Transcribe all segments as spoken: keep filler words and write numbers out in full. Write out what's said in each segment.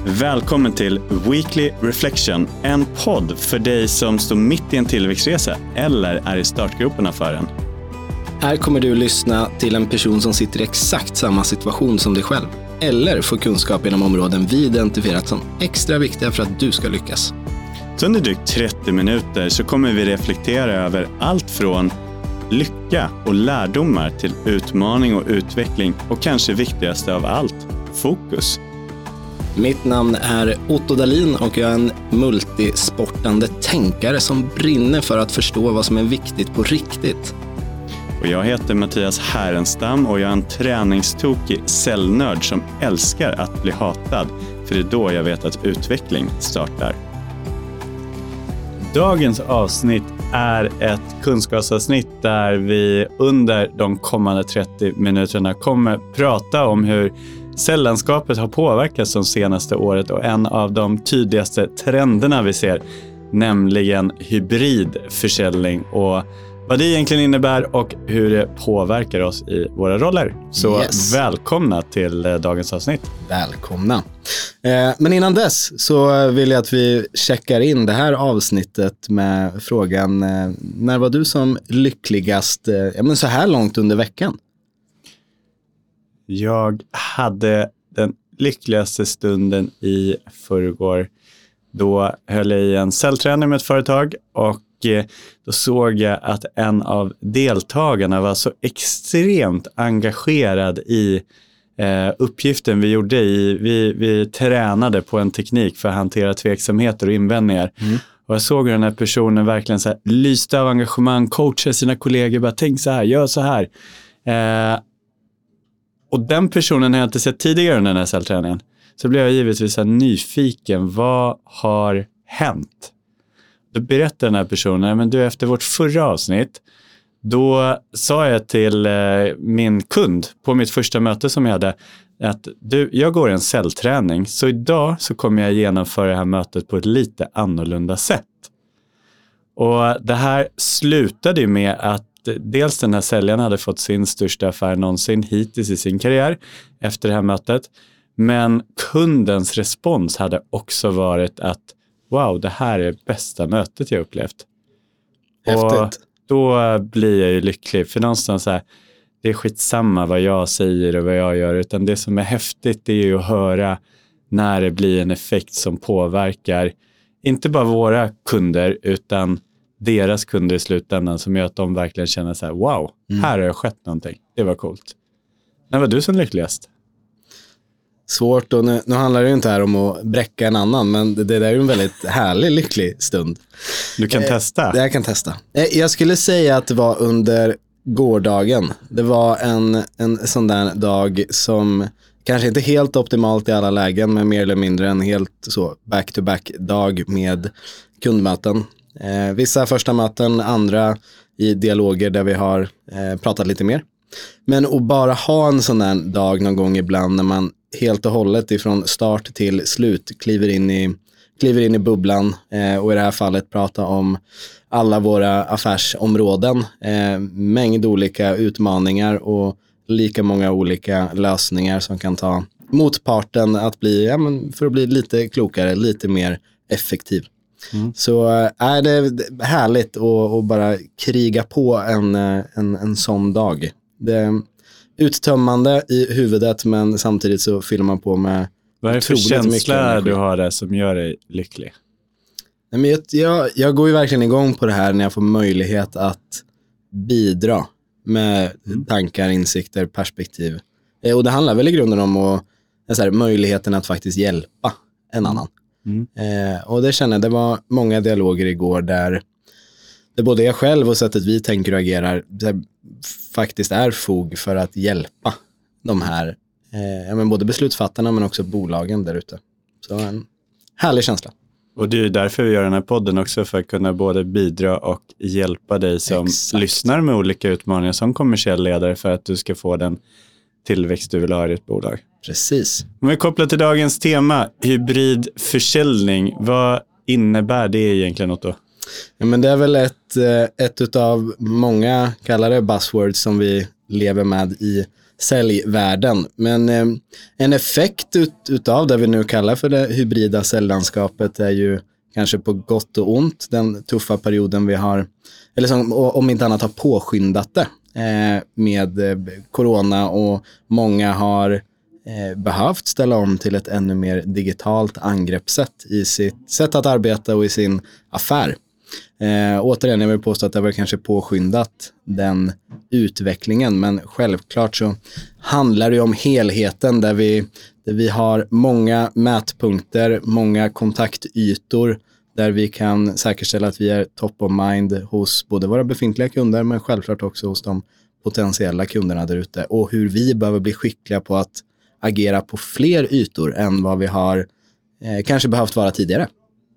Välkommen till Weekly Reflection, en podd för dig som står mitt i en tillväxtresa eller är i startgroparna för den. Här kommer du lyssna till en person som sitter i exakt samma situation som dig själv eller får kunskap inom områden vi identifierat som extra viktiga för att du ska lyckas. Så under drygt trettio minuter så kommer vi reflektera över allt från lycka och lärdomar till utmaning och utveckling och kanske viktigaste av allt, fokus. Mitt namn är Otto Dahlin och jag är en multisportande tänkare som brinner för att förstå vad som är viktigt på riktigt. Och jag heter Mattias Härenstam och jag är en träningstokig cellnörd som älskar att bli hatad, för det är då jag vet att utveckling startar. Dagens avsnitt är ett kunskapsavsnitt där vi under de kommande trettio minuterna kommer prata om hur cellandskapet har påverkats de senaste året och en av de tydligaste trenderna vi ser, nämligen hybridförsäljning och vad det egentligen innebär och hur det påverkar oss i våra roller. Så yes. Välkomna till dagens avsnitt. Välkomna. Eh, men innan dess så vill jag att vi checkar in det här avsnittet med frågan, eh, när var du som lyckligast eh, ja, men så här långt under veckan? Jag hade den lyckligaste stunden i förrgår. Då höll jag i en cellträning med ett företag och då såg jag att en av deltagarna var så extremt engagerad i eh, uppgiften vi gjorde. I, vi, vi tränade på en teknik för att hantera tveksamheter och invändningar. Mm. Och jag såg hur den här personen verkligen så här lyste av engagemang, coachade sina kollegor, bara tänk så här, gör så här. Eh, och den personen har jag inte sett tidigare under den här cellträningen. Så blev jag givetvis så här nyfiken, vad har hänt? Då berättade den här personen, men du, efter vårt förra avsnitt, då sa jag till eh, min kund på mitt första möte som jag hade, att du, jag går en cellträning, så idag så kommer jag genomföra det här mötet på ett lite annorlunda sätt. Och det här slutade ju med att dels den här säljaren hade fått sin största affär någonsin hittills i sin karriär efter det här mötet, men kundens respons hade också varit att wow, det här är bästa mötet jag upplevt. Häftigt. Och då blir jag ju lycklig. För någonstans så här, det är skitsamma vad jag säger och vad jag gör. Utan det som är häftigt, det är ju att höra när det blir en effekt som påverkar inte bara våra kunder utan deras kunder i slutändan, som gör att de verkligen känner så här, wow, mm. här har det skett någonting. Det var coolt. När var du som lyckligast? Svårt, och nu, nu handlar det ju inte här om att bräcka en annan, men det, det där är ju en väldigt härlig, lycklig stund. Du kan eh, testa. Jag kan testa. Eh, jag skulle säga att det var under gårdagen. Det var en, en sån där dag som kanske inte helt optimalt i alla lägen, men mer eller mindre en helt så back-to-back-dag med kundmöten. Eh, vissa första möten, andra i dialoger där vi har eh, pratat lite mer. Men att bara ha en sån där dag någon gång ibland när man helt och hållet ifrån start till slut kliver in i, kliver in i bubblan eh, och i det här fallet prata om alla våra affärsområden, eh, mängd olika utmaningar och lika många olika lösningar som kan ta motparten att bli, ja, men för att bli lite klokare, lite mer effektiv. Mm. Så är det härligt att, att bara kriga på en, en, en sån dag. Det är uttömmande i huvudet, men samtidigt så fyller man på med vad är det för känsla du har där som gör dig lycklig? Nej, men jag, jag, jag går ju verkligen igång på det här när jag får möjlighet att bidra med mm. tankar, insikter, perspektiv. Och det handlar väl i grunden om att, så här, möjligheten att faktiskt hjälpa en annan. Mm. Eh, och det känner jag, det var många dialoger igår där det både jag själv och sättet vi tänker och agerar det faktiskt är fog för att hjälpa de här eh, ja, men både beslutsfattarna men också bolagen där ute. Så en härlig känsla. Och det är därför vi gör den här podden också, för att kunna både bidra och hjälpa dig som Exakt. lyssnar med olika utmaningar som kommersiell ledare för att du ska få den tillväxt du vill ha i ditt bolag. Precis. Om vi kopplar till dagens tema, hybridförsäljning, vad innebär det egentligen, Otto? Ja, men det är väl ett, ett utav många kallade buzzwords som vi lever med i säljvärlden. Men eh, en effekt ut, utav det vi nu kallar för det hybrida säljlandskapet är ju kanske på gott och ont den tuffa perioden vi har, eller som, om inte annat har påskyndat det eh, med eh, corona, och många har eh, behövt ställa om till ett ännu mer digitalt angreppssätt i sitt sätt att arbeta och i sin affär. Eh, återigen, jag vill påstå att det har kanske påskyndat den utvecklingen, men självklart så handlar det om helheten där vi, där vi har många mätpunkter, många kontaktytor där vi kan säkerställa att vi är top of mind hos både våra befintliga kunder men självklart också hos de potentiella kunderna där ute, och hur vi behöver bli skickliga på att agera på fler ytor än vad vi har eh, kanske behövt vara tidigare.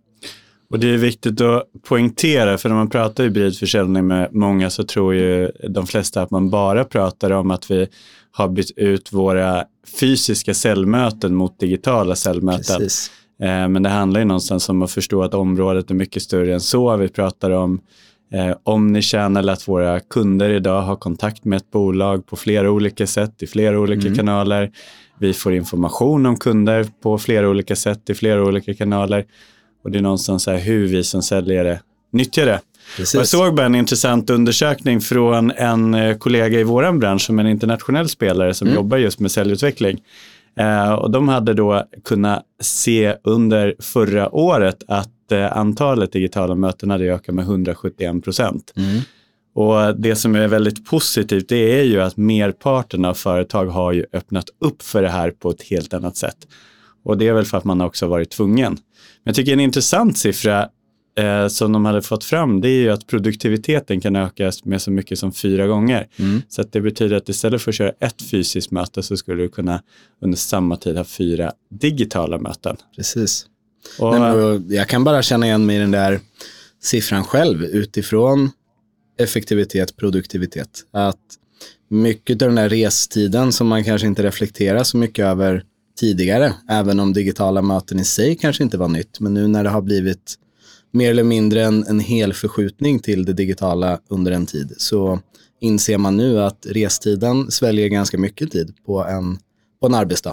Och det är viktigt att poängtera, för när man pratar hybridförsäljning med många så tror ju de flesta att man bara pratar om att vi har bytt ut våra fysiska säljmöten mot digitala säljmöten. Precis. Eh, men det handlar ju någonstans om att förstå att området är mycket större än så. Vi pratar om eh, omnichannel, att våra kunder idag har kontakt med ett bolag på flera olika sätt i flera olika mm. kanaler. Vi får information om kunder på flera olika sätt i flera olika kanaler. Och det är någonstans så här hur vi som säljare nyttjar det. Jag såg bara en intressant undersökning från en kollega i våran bransch som är en internationell spelare som mm. jobbar just med säljutveckling. Eh, och de hade då kunnat se under förra året att eh, antalet digitala möten hade ökat med hundrasjuttioen procent. Mm. Och det som är väldigt positivt, det är ju att merparten av företag har ju öppnat upp för det här på ett helt annat sätt. Och det är väl för att man också varit tvungen. Men jag tycker en intressant siffra eh, som de hade fått fram, det är ju att produktiviteten kan ökas med så mycket som fyra gånger. Mm. Så att det betyder att istället för att köra ett fysiskt möte så skulle du kunna under samma tid ha fyra digitala möten. Precis. Och, Nej, men, jag kan bara känna igen mig i den där siffran själv utifrån effektivitet, produktivitet. Att mycket av den där restiden som man kanske inte reflekterar så mycket över tidigare, även om digitala möten i sig kanske inte var nytt, men nu när det har blivit mer eller mindre en, en hel förskjutning till det digitala under en tid, så inser man nu att restiden sväljer ganska mycket tid på en, på en arbetsdag.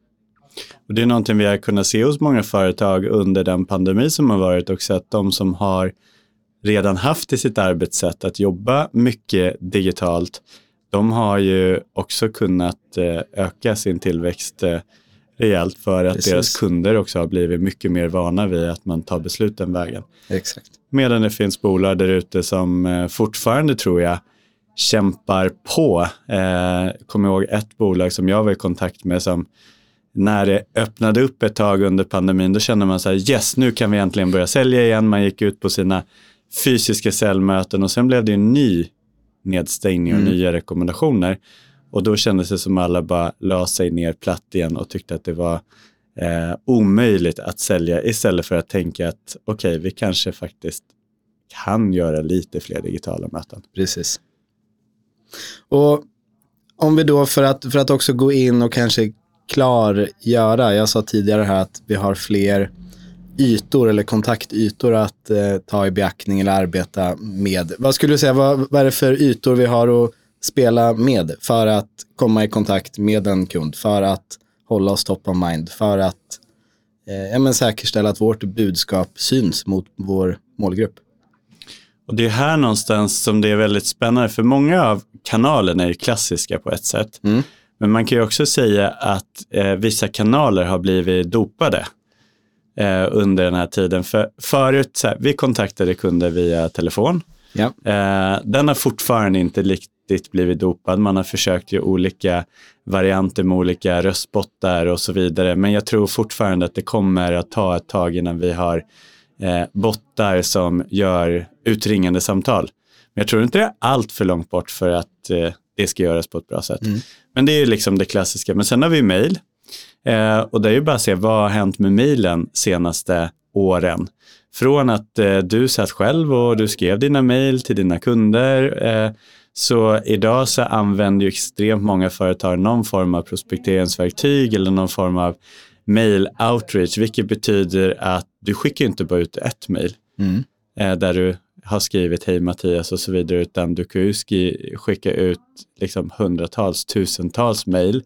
Och det är någonting vi har kunnat se hos många företag under den pandemi som har varit också, att de som har redan haft i sitt arbetssätt att jobba mycket digitalt, de har ju också kunnat öka sin tillväxt rejält för att Precis. Deras kunder också har blivit mycket mer vana vid att man tar beslut den vägen. Exakt. Medan det finns bolag där ute som fortfarande, tror jag, kämpar på. Eh, kommer ihåg ett bolag som jag var i kontakt med som när det öppnade upp ett tag under pandemin, då kände man så här, yes, nu kan vi äntligen börja sälja igen. Man gick ut på sina fysiska säljmöten och sen blev det en ny nedstängning och mm. nya rekommendationer. Och då kändes det som alla bara la sig ner platt igen och tyckte att det var eh, omöjligt att sälja, istället för att tänka att okej, okay, vi kanske faktiskt kan göra lite fler digitala möten. Precis. Och om vi då för att, för att också gå in och kanske klargöra, jag sa tidigare här att vi har fler ytor eller kontaktytor att eh, ta i beaktning eller arbeta med. Vad skulle du säga, vad, vad är det för ytor vi har att spela med för att komma i kontakt med en kund, för att hålla oss top of mind, för att eh, ja, men säkerställa att vårt budskap syns mot vår målgrupp? Och det är här någonstans som det är väldigt spännande, för många av kanalerna är ju klassiska på ett sätt. Mm. Men man kan ju också säga att eh, vissa kanaler har blivit dopade eh, under den här tiden. För förut, så här, vi kontaktade kunder via telefon. Ja. Eh, den har fortfarande inte riktigt blivit dopad. Man har försökt göra olika varianter med olika röstbottar och så vidare. Men jag tror fortfarande att det kommer att ta ett tag innan vi har eh, bottar som gör utringande samtal. Men jag tror inte det är allt för långt bort för att eh, det ska göras på ett bra sätt. Mm. Men det är ju liksom det klassiska. Men sen har vi mejl. Eh, och det är ju bara att se vad har hänt med mejlen senaste åren. Från att eh, du satt själv och du skrev dina mejl till dina kunder. Eh, så idag så använder ju extremt många företag någon form av prospekteringsverktyg eller någon form av mail outreach. Vilket betyder att du skickar inte bara ut ett mejl. Mm. Eh, där du har skrivit hej Mattias och så vidare, utan du kan ju skri- skicka ut liksom hundratals, tusentals mejl.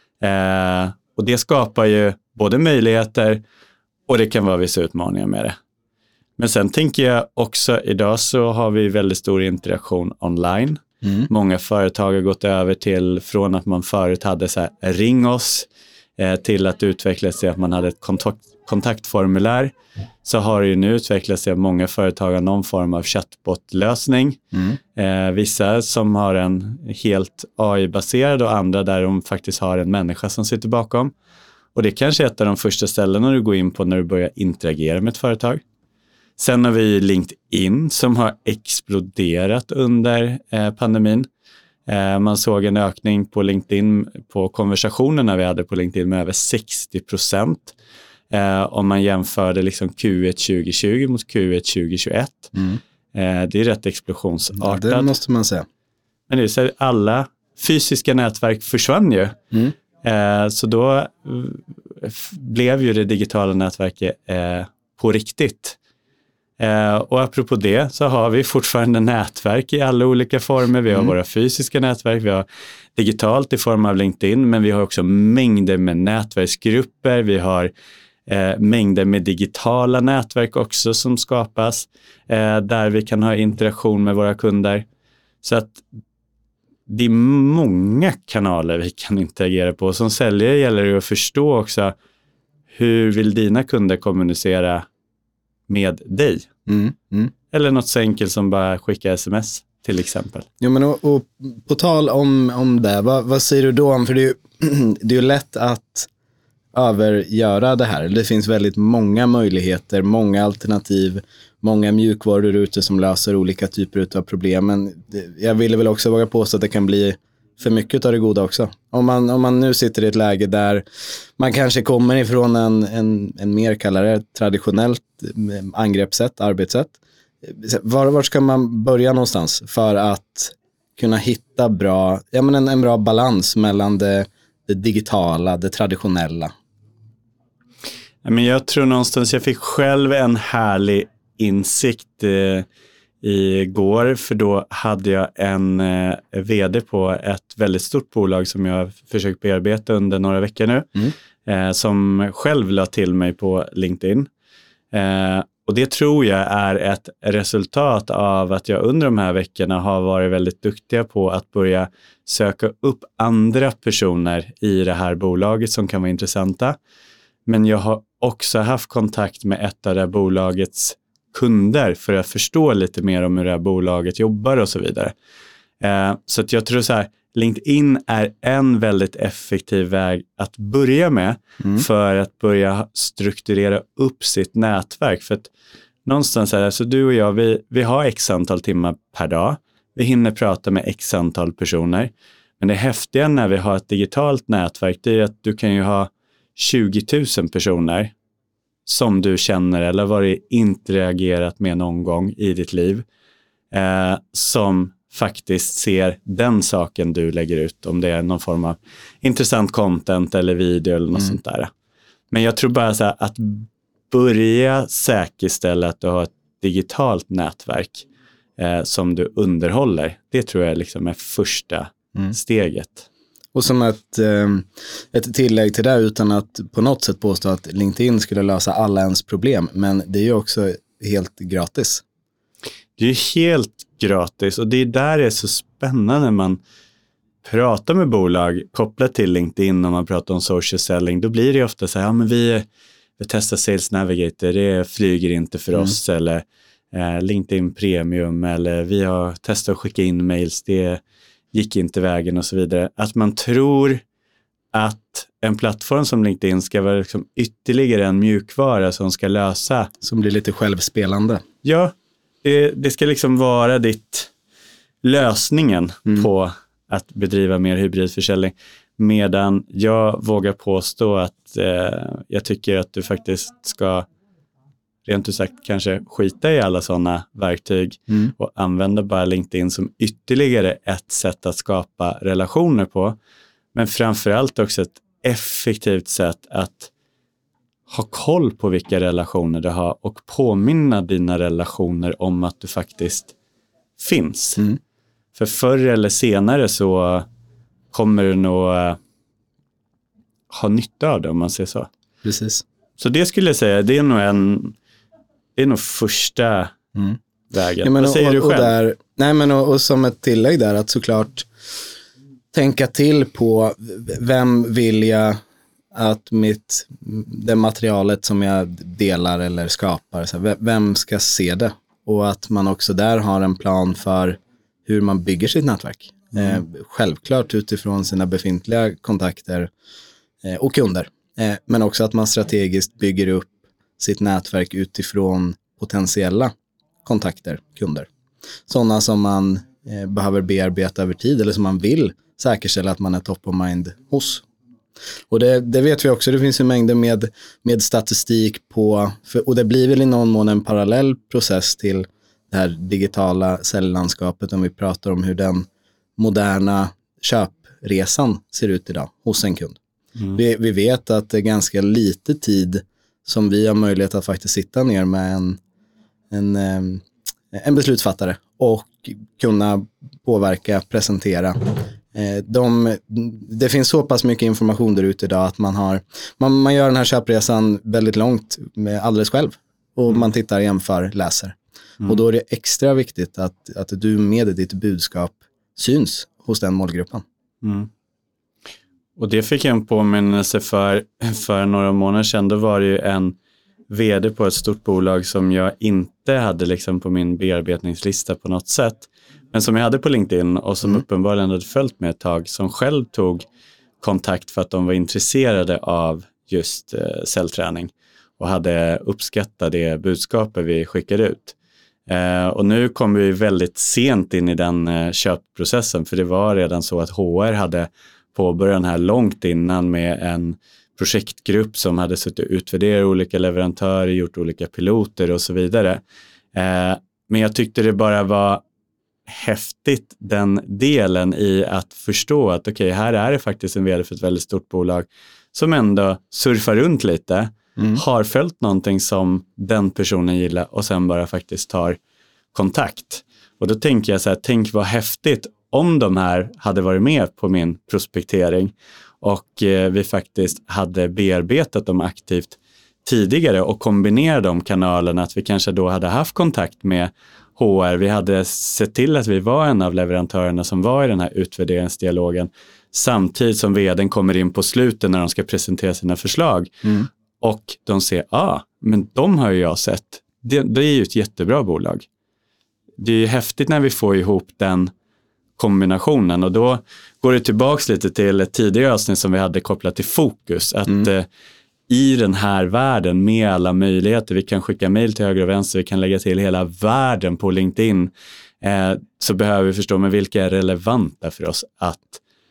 Eh, och det skapar ju både möjligheter och det kan vara vissa utmaningar med det. Men sen tänker jag också, idag så har vi väldigt stor interaktion online. Mm. Många företag har gått över till, från att man förut hade så här, ring oss, eh, till att utvecklas till att man hade ett kontakt, kontaktformulär. Så har det ju nu utvecklats till att många företag har någon form av chatbot-lösning. Mm. Eh, vissa som har en helt A I-baserad och andra där de faktiskt har en människa som sitter bakom. Och det kanske är ett av de första ställena du går in på när du börjar interagera med ett företag. Sen har vi LinkedIn som har exploderat under eh, pandemin. Eh, man såg en ökning på LinkedIn på konversationerna vi hade på LinkedIn med över sextio procent. Eh, om man jämförde liksom Q ett tjugo tjugo mot Q ett tjugo tjugoett. Mm. Eh, det är rätt explosionsartat. Ja, det måste man säga. Men det är så alla fysiska nätverk försvann ju. Mm. Eh, så då f- blev ju det digitala nätverket eh, på riktigt. Eh, och apropå det så har vi fortfarande nätverk i alla olika former. Vi har mm. våra fysiska nätverk, vi har digitalt i form av LinkedIn, men vi har också mängder med nätverksgrupper. Vi har eh, mängder med digitala nätverk också som skapas eh, där vi kan ha interaktion med våra kunder. Så att det är många kanaler vi kan interagera på. Som säljare gäller det att förstå också hur vill dina kunder kommunicera med dig. Mm, mm. Eller något så enkelt som bara skicka sms till exempel. Jo, men och, och på tal om, om det, vad, vad säger du då om, för det är ju, det är ju lätt att övergöra det här. Det finns väldigt många möjligheter, många alternativ, många mjukvaror ute som löser olika typer av problem. Men jag ville väl också våga påstå att det kan bli för mycket av det goda också. Om man, om man nu sitter i ett läge där man kanske kommer ifrån en, en, en mer kallare traditionellt angreppssätt, arbetssätt. Var, var ska man börja någonstans för att kunna hitta bra, ja, men en, en bra balans mellan det, det digitala, det traditionella? Men jag tror någonstans, jag fick själv en härlig insikt eh, igår, för då hade jag en eh, vd på ett väldigt stort bolag som jag försökt bearbeta under några veckor nu, mm. eh, som själv la till mig på LinkedIn. Eh, och det tror jag är ett resultat av att jag under de här veckorna har varit väldigt duktiga på att börja söka upp andra personer i det här bolaget som kan vara intressanta. Men jag har också haft kontakt med ett av det här bolagets kunder för att förstå lite mer om hur det här bolaget jobbar och så vidare. Eh, så att jag tror så här, LinkedIn är en väldigt effektiv väg att börja med mm. för att börja strukturera upp sitt nätverk. För att någonstans är det, så du och jag, vi, vi har x antal timmar per dag. Vi hinner prata med x antal personer. Men det häftiga när vi har ett digitalt nätverk, det är att du kan ju ha tjugo tusen personer som du känner eller varit interagerat med någon gång i ditt liv eh, som faktiskt ser den saken du lägger ut, om det är någon form av intressant content eller video eller något mm. sånt där. Men jag tror bara så här, att börja säkerställa att du har ett digitalt nätverk eh, som du underhåller, det tror jag liksom är första mm. steget. Och som ett, ett tillägg till det, utan att på något sätt påstå att LinkedIn skulle lösa alla ens problem, men det är ju också helt gratis. Det är ju helt gratis, och det är där det är så spännande när man pratar med bolag kopplat till LinkedIn, när man pratar om social selling. Då blir det ofta så här, ja men vi, vi testar Sales Navigator, det flyger inte för mm. oss, eller eh, LinkedIn Premium, eller vi har testat att skicka in mails, det gick inte vägen och så vidare. Att man tror att en plattform som LinkedIn ska vara liksom ytterligare en mjukvara som ska lösa. Som blir lite självspelande. Ja, det, det ska liksom vara ditt lösningen mm. på att bedriva mer hybridförsäljning. Medan jag vågar påstå att eh, jag tycker att du faktiskt ska rent ut sagt kanske skita i alla sådana verktyg mm. och använda bara LinkedIn som ytterligare ett sätt att skapa relationer på. Men framförallt också ett effektivt sätt att ha koll på vilka relationer du har och påminna dina relationer om att du faktiskt finns. Mm. För förr eller senare så kommer du nog uh, ha nytta av det, om man säger så. Precis. Så det skulle jag säga, det är nog en det är nog första mm. vägen. Ja, men Vad säger och, du själv? Och där, nej men och, och som ett tillägg där, att såklart tänka till på vem vill jag att mitt, det materialet som jag delar eller skapar, så här, vem ska se det? Och att man också där har en plan för hur man bygger sitt nätverk. Mm. Eh, självklart utifrån sina befintliga kontakter eh, och kunder. Eh, men också att man strategiskt bygger upp sitt nätverk utifrån potentiella kontakter, kunder. Sådana som man eh, behöver bearbeta över tid eller som man vill säkerställa att man är top of mind hos. Och det, det vet vi också, det finns ju mängder med, med statistik på, för, och det blir väl i någon mån en parallell process till det här digitala säljlandskapet om vi pratar om hur den moderna köpresan ser ut idag hos en kund. Mm. Vi, vi vet att det är ganska lite tid som vi har möjlighet att faktiskt sitta ner med en, en, en beslutsfattare och kunna påverka, presentera. De, det finns så pass mycket information där ute idag att man, har, man, man gör den här köpresan väldigt långt med alldeles själv. Och mm. man tittar, jämför, läser. Mm. Och då är det extra viktigt att, att du med ditt budskap syns hos den målgruppen. Mm. Och det fick jag en påminnelse för, för några månader sedan. Då var det ju en vd på ett stort bolag som jag inte hade liksom på min bearbetningslista på något sätt. Men som jag hade på LinkedIn och som mm. uppenbarligen hade följt med ett tag, som själv tog kontakt för att de var intresserade av just eh, säljträning och hade uppskattat det budskapet vi skickade ut. Eh, och nu kom vi väldigt sent in i den eh, köpprocessen, för det var redan så att H R hade påbörjat den här långt innan med en projektgrupp som hade suttit och utvärderat olika leverantörer, gjort olika piloter och så vidare. Eh, men jag tyckte det bara var häftigt, den delen i att förstå att okej, okay, här är det faktiskt en vd för ett väldigt stort bolag som ändå surfar runt lite, mm. har följt någonting som den personen gillar och sen bara faktiskt tar kontakt. Och då tänker jag så här, tänk vad häftigt om de här hade varit med på min prospektering och eh, vi faktiskt hade bearbetat dem aktivt tidigare och kombinerat de kanalerna, att vi kanske då hade haft kontakt med H R. Vi hade sett till att vi var en av leverantörerna som var i den här utvärderingsdialogen samtidigt som vdn kommer in på slutet när de ska presentera sina förslag. Mm. Och de ser, ja, ah, men de har ju jag sett. Det, det är ju ett jättebra bolag. Det är ju häftigt när vi får ihop den kombinationen, och då går det tillbaks lite till ett tidigare avsnitt som vi hade kopplat till fokus. Att mm. eh, i den här världen med alla möjligheter, vi kan skicka mejl till höger och vänster, vi kan lägga till hela världen på LinkedIn, eh, så behöver vi förstå med vilka är relevanta för oss att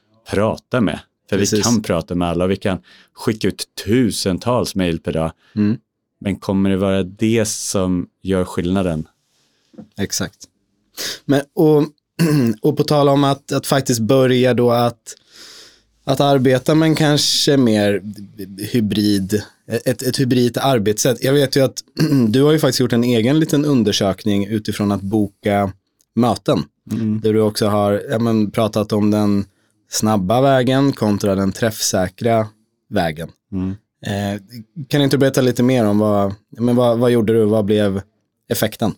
prata med. För Precis. Vi kan prata med alla och vi kan skicka ut tusentals mejl per dag. Mm. Men kommer det vara det som gör skillnaden? Exakt. Men, och, och på tal om att, att faktiskt börja då att Att arbeta med en kanske mer hybrid, ett, ett hybrid arbetssätt. Jag vet ju att du har ju faktiskt gjort en egen liten undersökning utifrån att boka möten. Mm. Där du också har ja, men, pratat om den snabba vägen kontra den träffsäkra vägen. Mm. Eh, kan inte du berätta lite mer om vad, men vad, vad gjorde du? Vad blev effekten?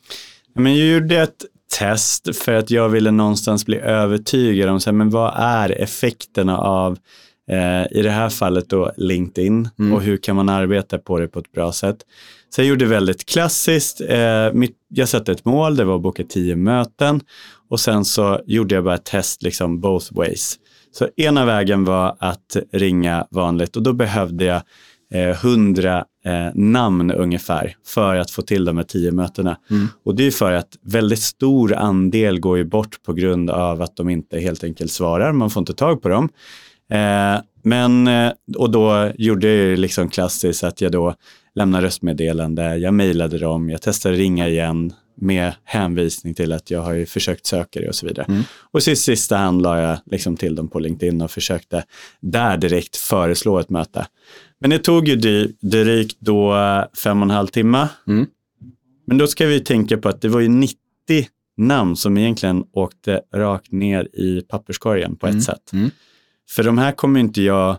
Men jag gjorde ett test för att jag ville någonstans bli övertygad om så här, men vad är effekterna av eh, i det här fallet då LinkedIn mm. och hur kan man arbeta på det på ett bra sätt. Så jag gjorde väldigt klassiskt, eh, mitt, jag satte ett mål, det var att boka tio möten och sen så gjorde jag bara ett test liksom both ways. Så ena vägen var att ringa vanligt och då behövde jag hundra eh, namn ungefär för att få till de här tio mötena. Mm. Och det är för att väldigt stor andel går ju bort på grund av att de inte helt enkelt svarar. Man får inte tag på dem. Eh, men, och då gjorde jag liksom klassiskt att jag då lämnade röstmeddelande. Jag mejlade dem, jag testade ringa igen. med hänvisning till att jag har ju försökt söka det och så vidare. Mm. Och sist, sista hand la jag liksom till dem på LinkedIn och försökte där direkt föreslå ett möte. Men det tog ju dy- drygt då fem och en halv timme. Mm. Men då ska vi tänka på att det var ju nittio namn som egentligen åkte rakt ner i papperskorgen på ett Mm. sätt. Mm. För de här kommer inte jag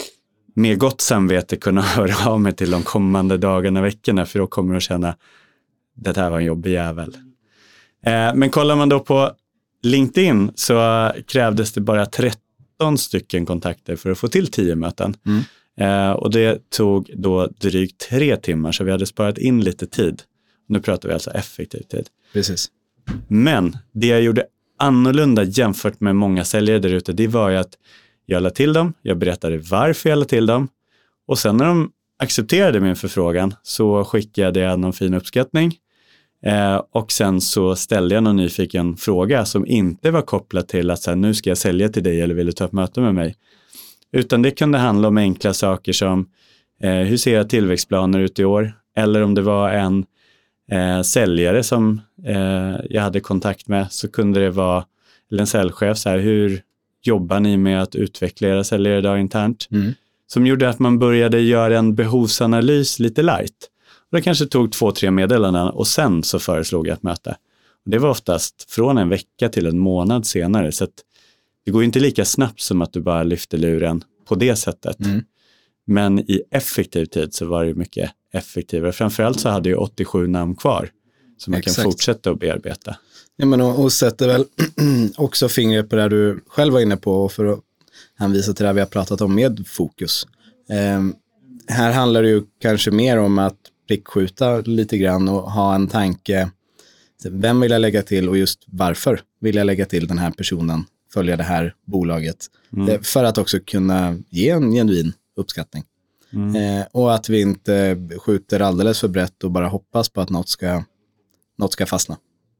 med gott samvete kunna höra av mig till de kommande dagarna och veckorna, för då kommer jag att känna det här var en jobbig jävel. Eh, men kollar man då på LinkedIn så krävdes det bara tretton stycken kontakter för att få till tio möten. Mm. Eh, och det tog då drygt tre timmar, så vi hade sparat in lite tid. Nu pratar vi alltså effektiv tid. Precis. Men det jag gjorde annorlunda jämfört med många säljare där ute, det var ju att jag la till dem, jag berättade varför jag la till dem, och sen när de accepterade min förfrågan så skickade jag någon fin uppskattning, eh, och sen så ställde jag någon nyfiken fråga som inte var kopplad till att så här, nu ska jag sälja till dig eller vill du ta ett möte med mig, utan det kunde handla om enkla saker som eh, hur ser jag tillväxtplaner ut i år, eller om det var en eh, säljare som eh, jag hade kontakt med, så kunde det vara, eller en säljchef, så här, hur jobbar ni med att utveckla era säljare idag internt? Mm. Som gjorde att man började göra en behovsanalys lite light. Och det kanske tog två, tre meddelanden och sen så föreslog jag ett möte. Och det var oftast från en vecka till en månad senare, så att det går inte lika snabbt som att du bara lyfter luren på det sättet. Mm. Men i effektiv tid så var det mycket effektivare. Framförallt så hade jag åttiosju namn kvar som man Exakt. kan fortsätta att bearbeta. Ja, men och, och sätter väl också fingret på det du själv var inne på, och för att hänvisa till det vi har pratat om med fokus. Eh, här handlar det ju kanske mer om att prickskjuta lite grann och ha en tanke. Vem vill jag lägga till och just varför vill jag lägga till den här personen, följa det här bolaget. Mm. Eh, för att också kunna ge en genuin uppskattning. Mm. Eh, och att vi inte skjuter alldeles för brett och bara hoppas på att något ska, något ska fastna.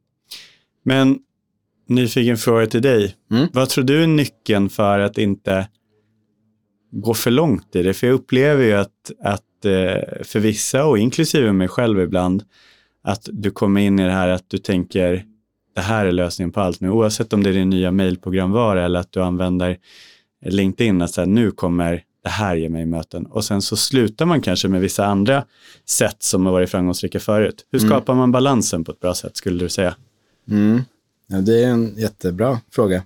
Men nyfiken fråga till dig. Mm. Vad tror du är nyckeln för att inte gå för långt i det? För jag upplever ju att, att för vissa, och inklusive mig själv ibland, att du kommer in i det här att du tänker det här är lösningen på allt nu. Oavsett om det är din nya mejlprogramvara eller att du använder LinkedIn. Att så här, nu kommer det här ge mig möten. Och sen så slutar man kanske med vissa andra sätt som har varit framgångsrika förut. Hur skapar mm. man balansen på ett bra sätt, skulle du säga? Mm. Ja, det är en jättebra fråga.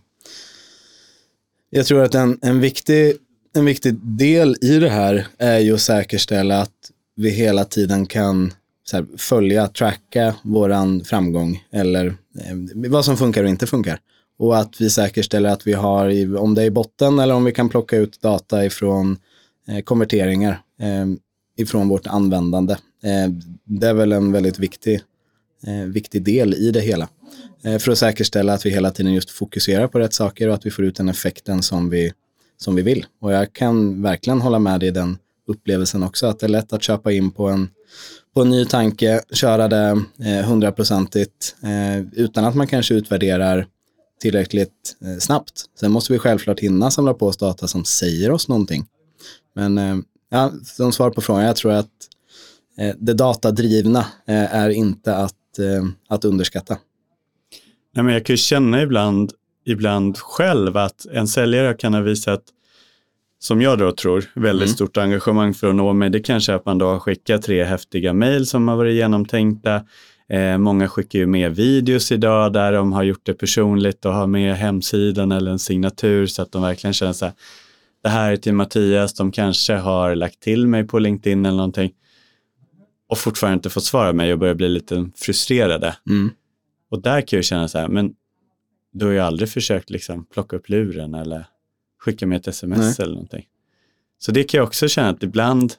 Jag tror att en, en, viktig, en viktig del i det här är ju att säkerställa att vi hela tiden kan så här, följa, tracka våran framgång eller eh, vad som funkar och inte funkar. Och att vi säkerställer att vi har, i, om det är i botten eller om vi kan plocka ut data ifrån eh, konverteringar eh, ifrån vårt användande. Eh, det är väl en väldigt viktig, eh, viktig del i det hela. Eh, för att säkerställa att vi hela tiden just fokuserar på rätt saker och att vi får ut den effekten som vi, som vi vill. Och jag kan verkligen hålla med dig i den upplevelsen också, att det är lätt att köpa in på en, på en ny tanke, köra det hundraprocentigt eh, eh, utan att man kanske utvärderar tillräckligt eh, snabbt. Sen måste vi självklart hinna samla på oss data som säger oss någonting. Men eh, ja, som svar på frågan, jag tror att eh, det datadrivna eh, är inte att, eh, att underskatta. Nej, men jag kan ju känna ibland, ibland själv att en säljare kan ha visat, som jag då tror, väldigt mm. stort engagemang för att nå mig. Det kanske är att man då har skickat tre häftiga mejl som har varit genomtänkta. Eh, många skickar ju med videos idag där de har gjort det personligt och har med hemsidan eller en signatur så att de verkligen känner så här, det här är till Mattias, de kanske har lagt till mig på LinkedIn eller någonting och fortfarande inte fått svara mig och börjar bli lite frustrerade. Mm. Och där kan jag känna så här, men då har jag aldrig försökt liksom plocka upp luren eller skicka med ett sms Nej. Eller någonting. Så det kan jag också känna att ibland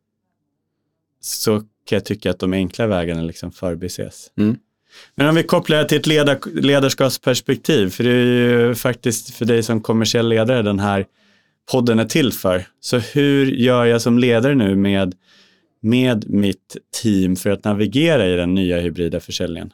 så kan jag tycka att de enkla vägarna liksom förbises. Mm. Men om vi kopplar det till ett ledar- ledarskapsperspektiv, för det är ju faktiskt för dig som kommersiell ledare den här podden är till för. Så hur gör jag som ledare nu med, med mitt team för att navigera i den nya hybrida försäljningen?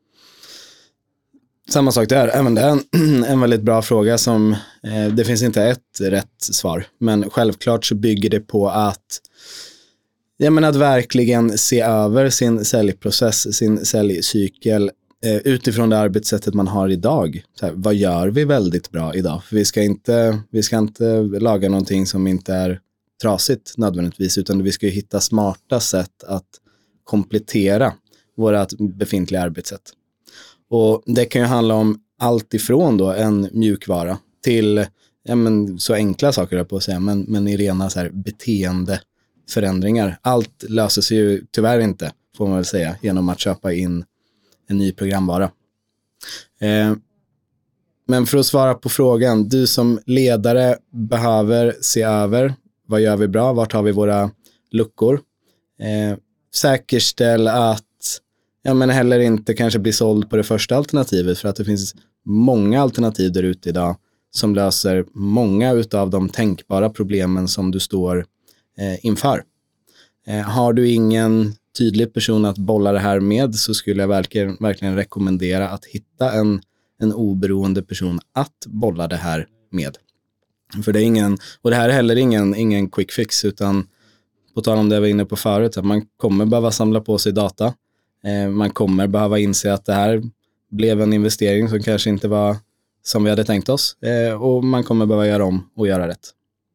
Samma sak där, även det är en, en väldigt bra fråga som eh, det finns inte ett rätt svar, men självklart så bygger det på att Ja, men att verkligen se över sin säljprocess, sin säljcykel eh, utifrån det arbetssättet man har idag. Så här, vad gör vi väldigt bra idag? För vi ska inte, vi ska inte laga någonting som inte är trasigt nödvändigtvis, utan vi ska ju hitta smarta sätt att komplettera våra befintliga arbetssätt. Och det kan ju handla om allt ifrån då en mjukvara till ja, men, så enkla saker på att säga, men, men i rena så här beteendeförändringar. Allt löser sig ju tyvärr inte, får man väl säga, genom att köpa in en ny programvara. Eh, men för att svara på frågan, du som ledare behöver se över vad gör vi bra, vart har vi våra luckor. Eh, säkerställ att ja, men heller inte kanske bli såld på det första alternativet, för att det finns många alternativ där ute idag som löser många utav de tänkbara problemen som du står eh, inför. Eh, har du ingen tydlig person att bolla det här med, så skulle jag verkligen, verkligen rekommendera att hitta en, en oberoende person att bolla det här med. För det är ingen, och det här är heller ingen, ingen quick fix, utan på tal om det jag var inne på förut, att man kommer behöva samla på sig data. Eh, man kommer behöva inse att det här blev en investering som kanske inte var som vi hade tänkt oss. Eh, och man kommer behöva göra om och göra rätt.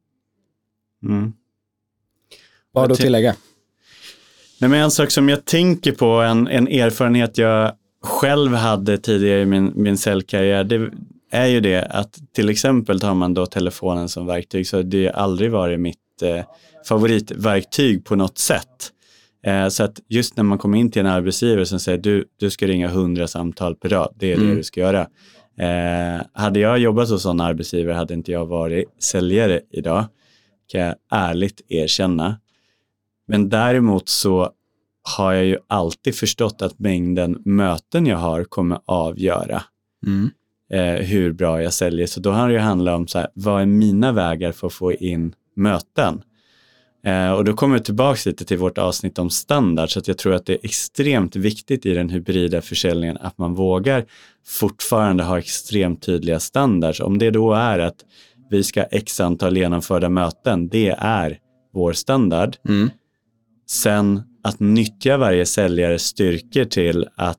Mm. Vad har du att tillägga? Nej, men en sak som jag tänker på, en, en erfarenhet jag själv hade tidigare i min, min säljkarriär, det är ju det att till exempel tar man då telefonen som verktyg, så det har aldrig varit mitt eh, favoritverktyg på något sätt. Eh, så att just när man kommer in till en arbetsgivare som säger du, du ska ringa hundra samtal per dag, det är mm. det du ska göra. Eh, hade jag jobbat hos sån arbetsgivare hade inte jag varit säljare idag, kan jag ärligt erkänna. Men däremot så har jag ju alltid förstått att mängden möten jag har kommer avgöra mm. eh, hur bra jag säljer. Så då har det ju handlat om så här, vad är mina vägar för att få in möten? Eh, och då kommer jag tillbaka lite till vårt avsnitt om standard, så att jag tror att det är extremt viktigt i den hybrida försäljningen att man vågar fortfarande ha extremt tydliga standards. Om det då är att vi ska x antal genomförda möten, det är vår standard. Mm. Sen att nyttja varje säljares styrkor till att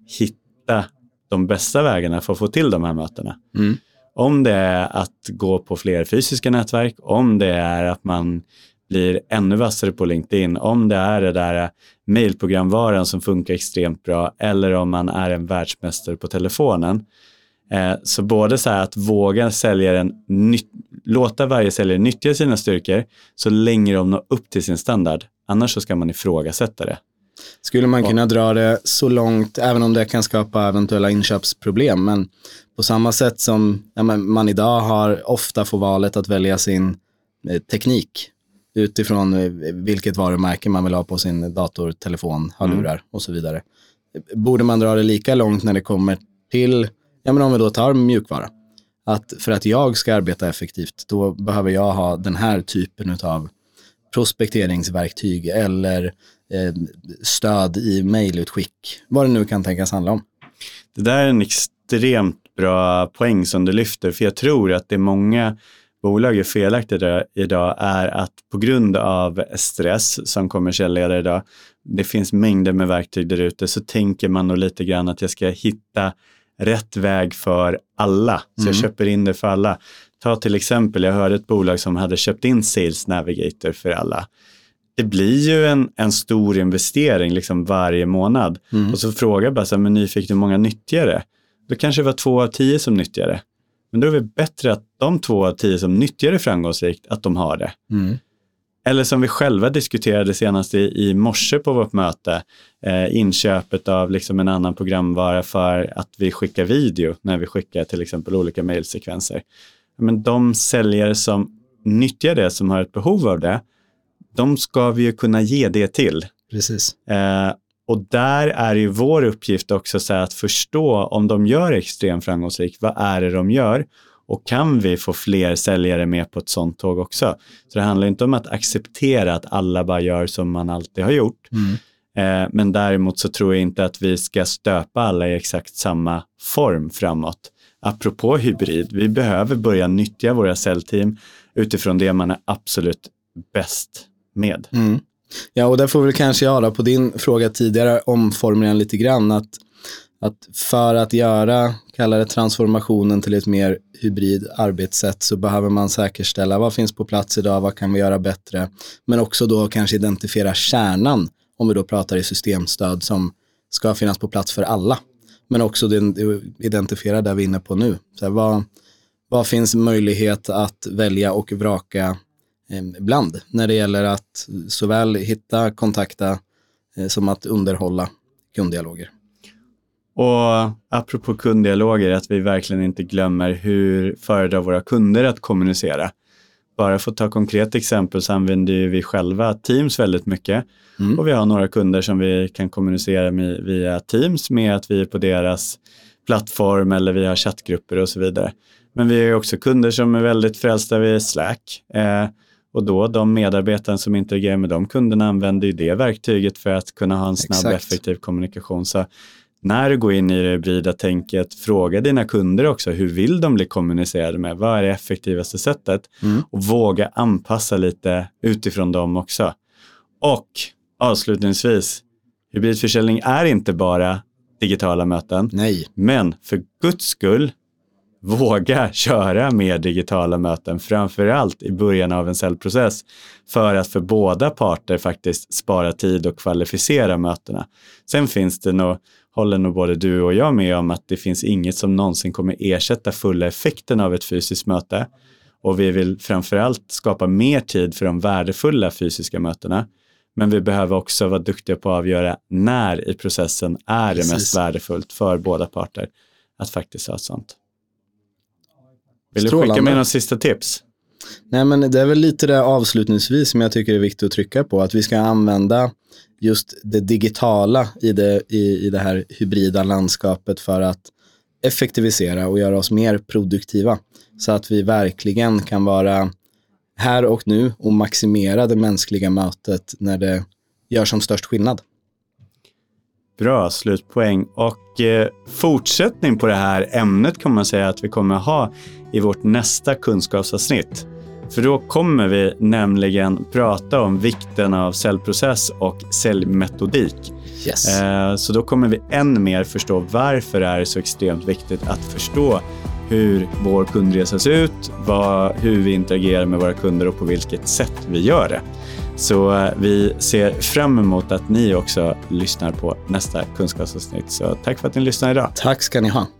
hitta de bästa vägarna för att få till de här mötena. Mm. Om det är att gå på fler fysiska nätverk, om det är att man blir ännu vassare på LinkedIn, om det är det där mailprogramvaran som funkar extremt bra, eller om man är en världsmästare på telefonen. Eh, så både så här att våga säljaren, nyt- låta varje säljare nyttja sina styrkor så länge de når upp till sin standard. Annars så ska man ifrågasätta det. Skulle man kunna dra det så långt, även om det kan skapa eventuella inköpsproblem, men på samma sätt som ja, man idag har ofta får valet att välja sin eh, teknik utifrån eh, vilket varumärke man vill ha på sin dator, telefon, hörlurar mm. och så vidare. Borde man dra det lika långt när det kommer till, ja men om vi då tar mjukvara, att för att jag ska arbeta effektivt, då behöver jag ha den här typen av prospekteringsverktyg eller eh, stöd i mejlutskick, vad det nu kan tänkas handla om. Det där är en extremt bra poäng som du lyfter, för jag tror att det är många bolag är felaktigt idag är att på grund av stress som kommersiell ledare idag, det finns mängder med verktyg där ute, så tänker man nog lite grann att jag ska hitta rätt väg för alla, så mm. jag köper in det för alla. Ta till exempel, jag hörde ett bolag som hade köpt in Sales Navigator för alla. Det blir ju en, en stor investering liksom varje månad. Mm. Och så frågar jag bara så här, men nyfiken hur många nyttjar det? Då kanske det var två av tio som nyttjar det. Men då är det bättre att de två av tio som nyttjar det framgångsrikt, att de har det. Mm. Eller som vi själva diskuterade senast i, i morse på vårt möte, eh, inköpet av liksom en annan programvara för att vi skickar video när vi skickar till exempel olika mejlsekvenser. Men de säljare som nyttjar det, som har ett behov av det, de ska vi ju kunna ge det till. Precis. Eh, och där är ju vår uppgift också så att förstå om de gör extremt framgångsrikt, vad är det de gör? Och kan vi få fler säljare med på ett sånt tåg också? Så det handlar inte om att acceptera att alla bara gör som man alltid har gjort. Mm. Eh, men däremot så tror jag inte att vi ska stöpa alla i exakt samma form framåt. Apropå hybrid, vi behöver börja nyttja våra säljteam utifrån det man är absolut bäst med. Mm. Ja, och där får väl kanske jag då på din fråga tidigare omformulera lite grann att, att för att göra, kalla det transformationen till ett mer hybrid arbetssätt, så behöver man säkerställa vad finns på plats idag, vad kan vi göra bättre, men också då kanske identifiera kärnan, om vi då pratar i systemstöd som ska finnas på plats för alla, men också den, identifiera där vi är inne på nu. Så här, vad, vad finns möjlighet att välja och vraka ibland när det gäller att såväl hitta, kontakta eh, som att underhålla kunddialoger. Och apropå kunddialoger, att vi verkligen inte glömmer hur föredrar våra kunder att kommunicera. Bara för att ta konkret exempel så använder vi själva Teams väldigt mycket. Mm. Och vi har några kunder som vi kan kommunicera med via Teams med att vi är på deras plattform eller vi har chattgrupper och så vidare. Men vi har också kunder som är väldigt frälsta vid Slack. Eh, Och då de medarbetare som interagerar med de kunderna använder ju det verktyget för att kunna ha en snabb och effektiv kommunikation. Så när du går in i det hybrida tänket, fråga dina kunder också hur vill de bli kommunicerade med? Vad är det effektivaste sättet? Mm. Och våga anpassa lite utifrån dem också. Och avslutningsvis, hybridförsäljning är inte bara digitala möten. Nej. Men för Guds skull, våga köra mer digitala möten, framförallt i början av en säljprocess, för att för båda parter faktiskt spara tid och kvalificera mötena. Sen finns det nog, håller nog både du och jag med om att det finns inget som någonsin kommer ersätta fulla effekten av ett fysiskt möte. Och vi vill framförallt skapa mer tid för de värdefulla fysiska mötena. Men vi behöver också vara duktiga på att avgöra när i processen är det mest värdefullt för båda parter att faktiskt ha ett sånt. Vill du skicka med några sista tips? Nej, men det är väl lite det avslutningsvis som jag tycker är viktigt att trycka på. Att vi ska använda just det digitala i det, i, i det här hybrida landskapet för att effektivisera och göra oss mer produktiva. Så att vi verkligen kan vara här och nu och maximera det mänskliga mötet när det gör som störst skillnad. Bra slutpoäng. Och eh, fortsättning på det här ämnet kan man säga att vi kommer ha i vårt nästa kunskapsavsnitt. För då kommer vi nämligen prata om vikten av säljprocess och säljmetodik. Yes. Eh, så då kommer vi än mer förstå varför det är så extremt viktigt att förstå hur vår kundresa ser ut, vad, hur vi interagerar med våra kunder och på vilket sätt vi gör det. Så vi ser fram emot att ni också lyssnar på nästa kunskapsavsnitt. Så tack för att ni lyssnar idag. Tack ska ni ha.